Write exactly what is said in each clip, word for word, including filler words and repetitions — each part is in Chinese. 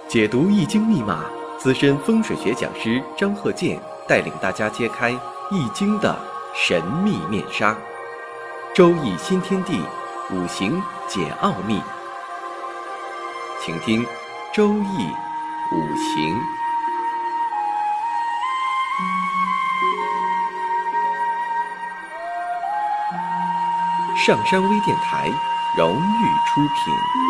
解读易经密码，资深风水学讲师张鹤剑带领大家揭开易经的神秘面纱。周易新天地，五行解奥秘。请听周易五行。上山微电台荣誉出品。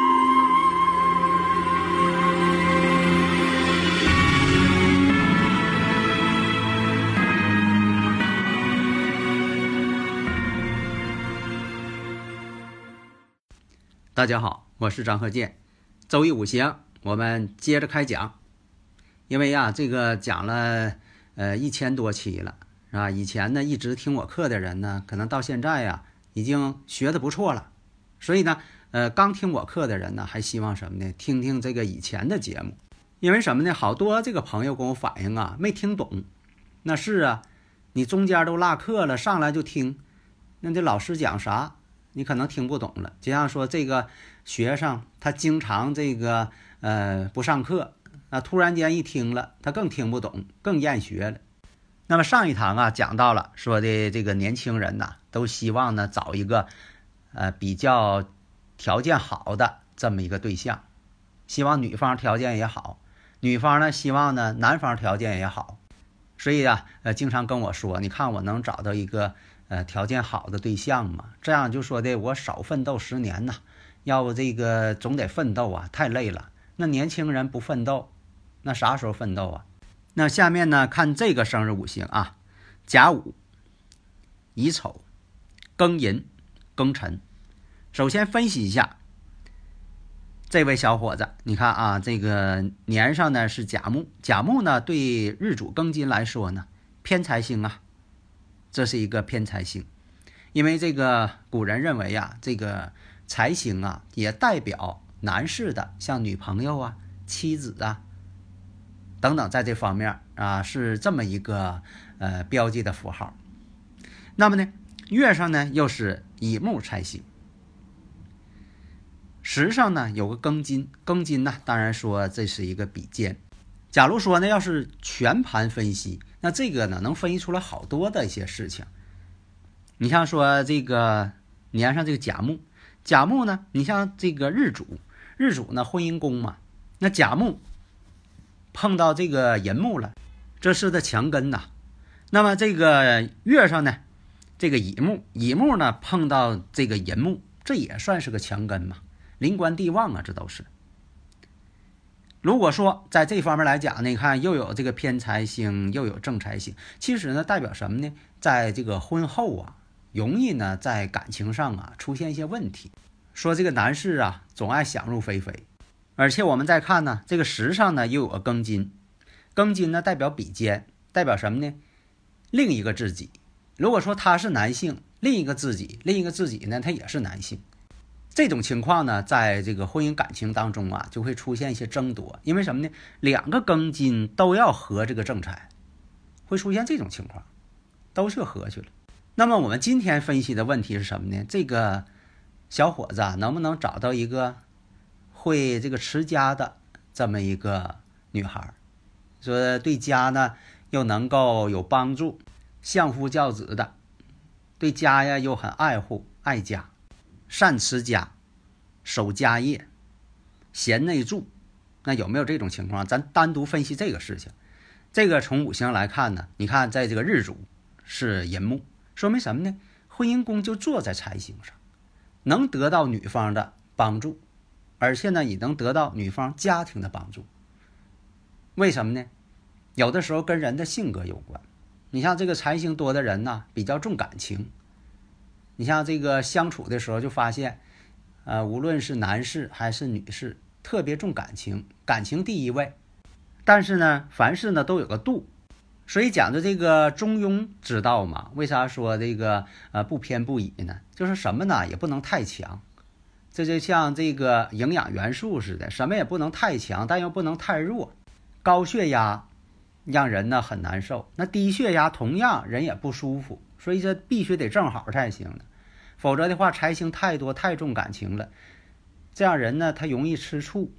大家好，我是张鹤剑。周易五行，我们接着开讲。因为呀，这个讲了呃一千多期了，是吧？以前呢一直听我课的人呢，可能到现在呀已经学得不错了。所以呢，呃，刚听我课的人呢，还希望什么呢？听听这个以前的节目。因为什么呢？好多这个朋友跟我反映啊，没听懂。那是啊，你中间都落课了，上来就听，那这老师讲啥？你可能听不懂了，就像说这个学生他经常这个呃不上课啊，突然间一听了，他更听不懂，更厌学了。那么上一堂啊讲到了，说的这个年轻人呐，都希望呢找一个呃比较条件好的这么一个对象，希望女方条件也好，女方呢希望呢男方条件也好，所以啊呃经常跟我说，你看我能找到一个呃，条件好的对象嘛，这样就说的我少奋斗十年呐，要不这个总得奋斗啊，太累了。那年轻人不奋斗，那啥时候奋斗啊？那下面呢，看这个生日五行啊，甲午、乙丑、庚寅、庚辰。首先分析一下这位小伙子，你看啊，这个年上呢是甲木，甲木呢对日主庚金来说呢，偏财星啊。这是一个偏财星，因为这个古人认为呀，这个财星啊也代表男士的，像女朋友啊、妻子啊等等，在这方面啊是这么一个呃标记的符号。那么呢，月上呢又是乙木财星，时上呢有个庚金，庚金呢当然说这是一个比肩。假如说呢，要是全盘分析，那这个呢能分析出来好多的一些事情。你像说这个年上这个甲木，甲木呢，你像这个日主，日主呢婚姻宫嘛，那甲木碰到这个寅木了，这是的强根呐。那么这个月上呢，这个乙木，乙木呢碰到这个寅木，这也算是个强根嘛，临官地旺啊，这都是。如果说在这方面来讲呢，你看又有这个偏财星，又有正财星，其实呢代表什么呢？在这个婚后啊，容易呢在感情上啊出现一些问题。说这个男士啊总爱想入非非，而且我们再看呢，这个时上呢又有个庚金，庚金呢代表比肩，代表什么呢？另一个自己。如果说他是男性，另一个自己，另一个自己呢他也是男性。这种情况呢，在这个婚姻感情当中啊，就会出现一些争夺，因为什么呢？两个庚金都要合这个正财，会出现这种情况，都是合去了。那么我们今天分析的问题是什么呢？这个小伙子啊，能不能找到一个会这个持家的这么一个女孩，说对家呢又能够有帮助，相夫教子的，对家呀又很爱护爱家，善持家，守家业，贤内助，那有没有这种情况？咱单独分析这个事情。这个从五行来看呢，你看在这个日主是寅木，说明什么呢？婚姻宫就坐在财星上，能得到女方的帮助，而且呢也能得到女方家庭的帮助。为什么呢？有的时候跟人的性格有关。你像这个财星多的人呢，比较重感情。你像这个相处的时候就发现，呃，无论是男士还是女士，特别重感情，感情第一位。但是呢，凡事呢都有个度，所以讲的这个中庸之道嘛。为啥说这个呃不偏不倚呢？就是什么呢，也不能太强。这就像这个营养元素似的，什么也不能太强，但又不能太弱。高血压让人呢很难受，那低血压同样人也不舒服。所以这必须得正好才行的，否则的话财星太多太重感情了，这样人呢他容易吃醋。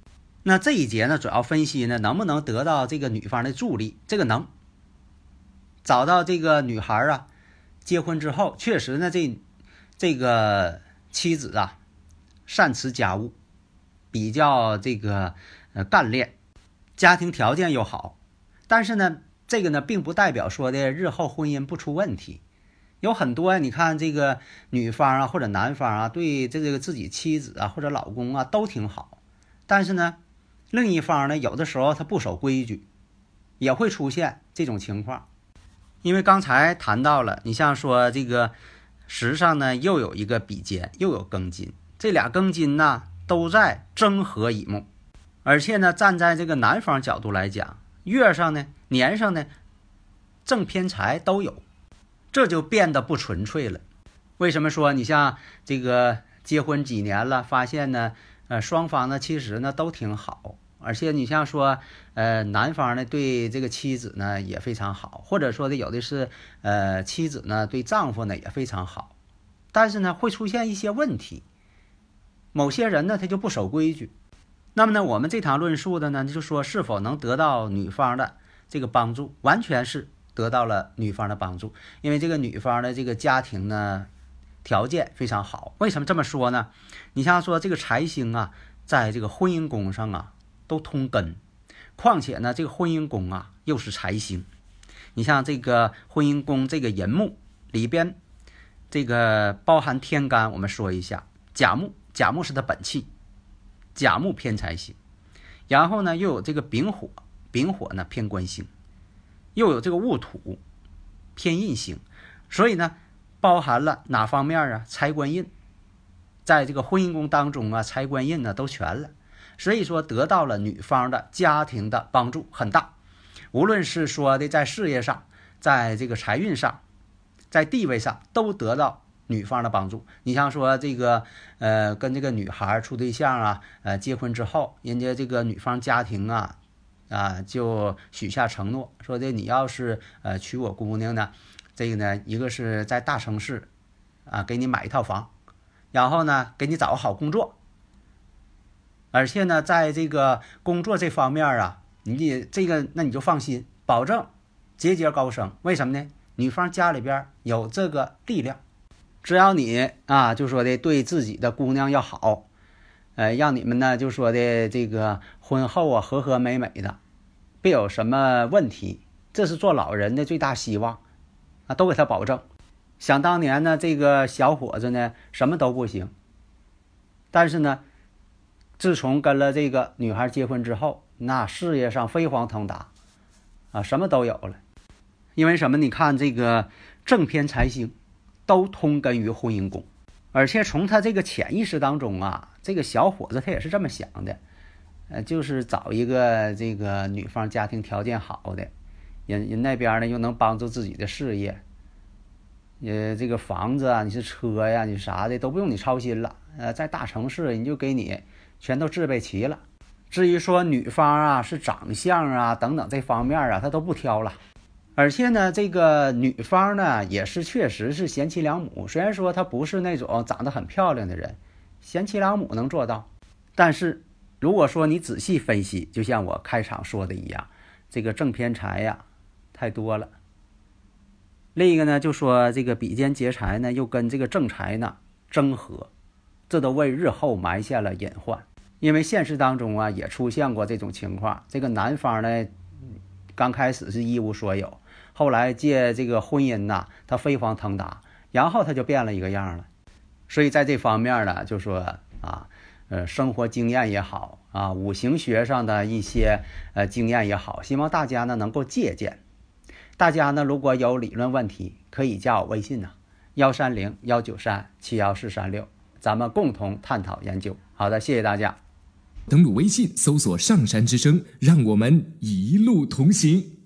那这一节呢，主要分析呢，能不能得到这个女方的助力？这个能。找到这个女孩啊，结婚之后，确实呢，这这个妻子啊，善持家务，比较这个呃干练，家庭条件又好。但是呢，这个呢，并不代表说的日后婚姻不出问题。有很多你看这个女方啊或者男方啊，对这个自己妻子啊或者老公啊都挺好，但是呢，另一方呢，有的时候他不守规矩，也会出现这种情况。因为刚才谈到了，你像说这个时上呢，又有一个比肩，又有庚金，这俩庚金呢都在正合乙木，而且呢，站在这个男方角度来讲，月上呢、年上呢，正偏财都有，这就变得不纯粹了。为什么说你像这个结婚几年了，发现呢，呃，双方呢其实呢都挺好。而且你像说，呃，男方呢对这个妻子呢也非常好，或者说的有的是，呃，妻子呢对丈夫呢也非常好，但是呢会出现一些问题。某些人呢他就不守规矩。那么呢，我们这堂论述的呢，就说是否能得到女方的这个帮助，完全是得到了女方的帮助，因为这个女方的这个家庭呢条件非常好。为什么这么说呢？你像说这个财星啊，在这个婚姻宫上啊。都通根，况且呢，这个婚姻宫啊又是财星。你像这个婚姻宫这个寅木里边，这个包含天干，我们说一下甲木，甲木是它本气，甲木偏财星。然后呢，又有这个丙火，丙火呢偏官星，又有这个戊土偏印星，所以呢，包含了哪方面啊？财官印，在这个婚姻宫当中啊，财官印呢都全了。所以说得到了女方的家庭的帮助很大，无论是说的在事业上，在这个财运上，在地位上都得到女方的帮助。你像说这个呃跟这个女孩处对象啊，呃结婚之后，人家这个女方家庭啊啊就许下承诺，说的你要是呃娶我姑娘呢，这个呢一个是在大城市啊给你买一套房，然后呢给你找个好工作。而且呢，在这个工作这方面啊，你这个那你就放心，保证节节高升。为什么呢？女方家里边有这个力量，只要你啊，就说的对自己的姑娘要好，呃，让你们呢就说的这个婚后啊和和美美的，别有什么问题，这是做老人的最大希望啊，都给他保证。想当年呢，这个小伙子呢什么都不行，但是呢。自从跟了这个女孩结婚之后，那事业上飞黄腾达啊，什么都有了。因为什么？你看这个正偏财星都通根于婚姻宫，而且从他这个潜意识当中啊，这个小伙子他也是这么想的，呃，就是找一个这个女方家庭条件好的人，人那边呢又能帮助自己的事业，呃，这个房子啊，你是车呀，你啥的都不用你操心了。呃，在大城市人就给你全都置备齐了。至于说女方啊是长相啊等等这方面啊，他都不挑了。而且呢，这个女方呢也是确实是贤妻良母，虽然说她不是那种长得很漂亮的人，贤妻良母能做到。但是如果说你仔细分析，就像我开场说的一样，这个正偏财呀太多了。另一个呢，就说这个比肩劫财呢又跟这个正财呢争合，这都为日后埋下了隐患。因为现实当中啊也出现过这种情况，这个男方呢刚开始是一无所有，后来借这个婚姻呐他飞黄腾达，然后他就变了一个样了。所以在这方面呢，就说啊呃生活经验也好啊，五行学上的一些呃经验也好，希望大家呢能够借鉴。大家呢如果有理论问题，可以加我微信呢幺三零幺九三七幺四三六，咱们共同探讨研究。好的，谢谢大家。 登录微信搜索上山之声，让我们一路同行。